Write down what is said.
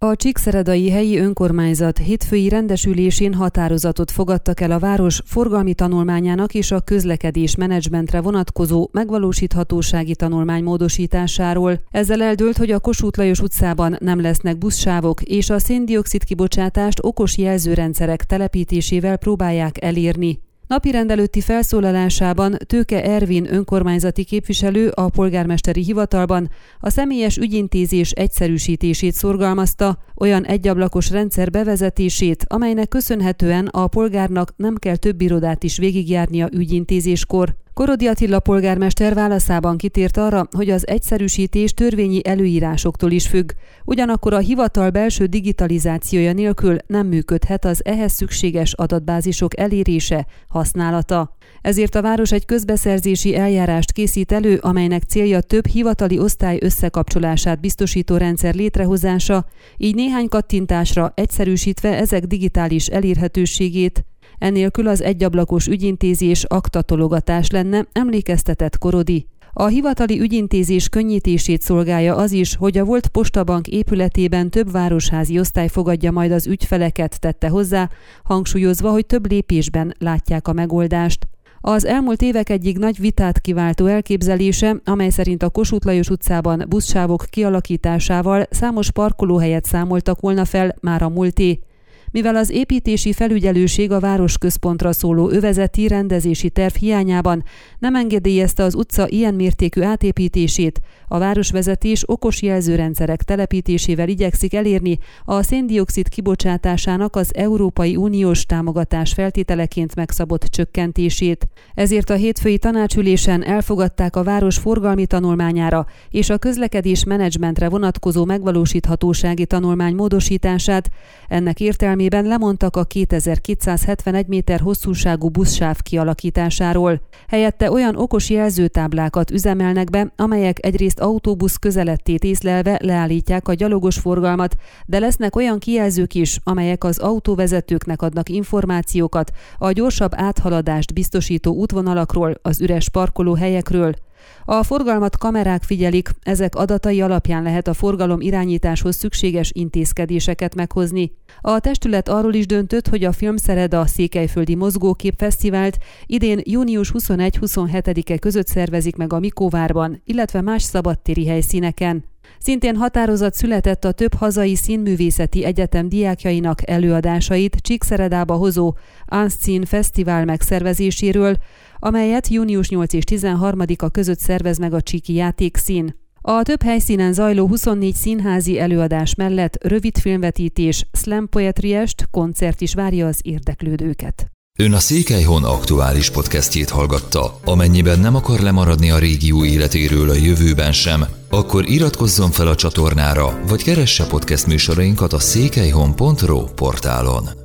A csíkszeredai helyi önkormányzat hétfői rendesülésén határozatot fogadtak el a város forgalmi tanulmányának és a közlekedés menedzsmentre vonatkozó megvalósíthatósági tanulmány módosításáról. Ezzel eldőlt, hogy a Kossuth Lajos utcában nem lesznek buszsávok, és a szén-dioxid kibocsátást okos jelzőrendszerek telepítésével próbálják elérni. Napirend előtti felszólalásában Tőke Ervin önkormányzati képviselő a polgármesteri hivatalban a személyes ügyintézés egyszerűsítését szorgalmazta, olyan egyablakos rendszer bevezetését, amelynek köszönhetően a polgárnak nem kell több irodát is végigjárnia ügyintézéskor. Korodi Attila polgármester válaszában kitért arra, hogy az egyszerűsítés törvényi előírásoktól is függ, ugyanakkor a hivatal belső digitalizációja nélkül nem működhet az ehhez szükséges adatbázisok elérése, használata. Ezért a város egy közbeszerzési eljárást készít elő, amelynek célja több hivatali osztály összekapcsolását biztosító rendszer létrehozása, így néhány kattintásra egyszerűsítve ezek digitális elérhetőségét. Ennélkül az egyablakos ügyintézés aktatologatás lenne, emlékeztetett Korodi. A hivatali ügyintézés könnyítését szolgálja az is, hogy a volt postabank épületében több városházi osztály fogadja majd az ügyfeleket, tette hozzá, hangsúlyozva, hogy több lépésben látják a megoldást. Az elmúlt évek egyik nagy vitát kiváltó elképzelése, amely szerint a Kossuth Lajos utcában buszsávok kialakításával számos parkolóhelyet számoltak volna fel, már a múlté. Mivel az építési felügyelőség a városközpontra szóló övezeti rendezési terv hiányában nem engedélyezte az utca ilyen mértékű átépítését, a városvezetés okos jelzőrendszerek telepítésével igyekszik elérni a szén-dioxid kibocsátásának az Európai Uniós támogatás feltételeként megszabott csökkentését. Ezért a hétfői tanácsülésen elfogadták a város forgalmi tanulmányára és a közlekedés menedzsmentre vonatkozó megvalósíthatósági tanulmány módosítását. Ennek értelmében lemondtak a 2271 méter hosszúságú buszsáv kialakításáról. Helyette olyan okos jelzőtáblákat üzemelnek be, amelyek egyrészt autóbusz közelettét észlelve leállítják a gyalogos forgalmat, de lesznek olyan kijelzők is, amelyek az autóvezetőknek adnak információkat a gyorsabb áthaladást biztosító útvonalakról, az üres parkolóhelyekről. A forgalmat kamerák figyelik, ezek adatai alapján lehet a forgalom irányításhoz szükséges intézkedéseket meghozni. A testület arról is döntött, hogy a Filmszereda Székelyföldi Mozgókép Fesztivált idén június 21-27-e között szervezik meg a Mikóvárban, illetve más szabadtéri helyszíneken. Szintén határozat született a több hazai színművészeti egyetem diákjainak előadásait Csíkszeredába hozó Unseen Fesztivál megszervezéséről, amelyet június 8 és 13-a között szervez meg a Csíki Játékszín. A több helyszínen zajló 24 színházi előadás mellett rövid filmvetítés, slam poetry-est, koncert is várja az érdeklődőket. Ön a Székelyhon aktuális podcastjét hallgatta. Amennyiben nem akar lemaradni a régió életéről a jövőben sem, akkor iratkozzon fel a csatornára, vagy keresse podcast műsorainkat a székelyhon.ro portálon.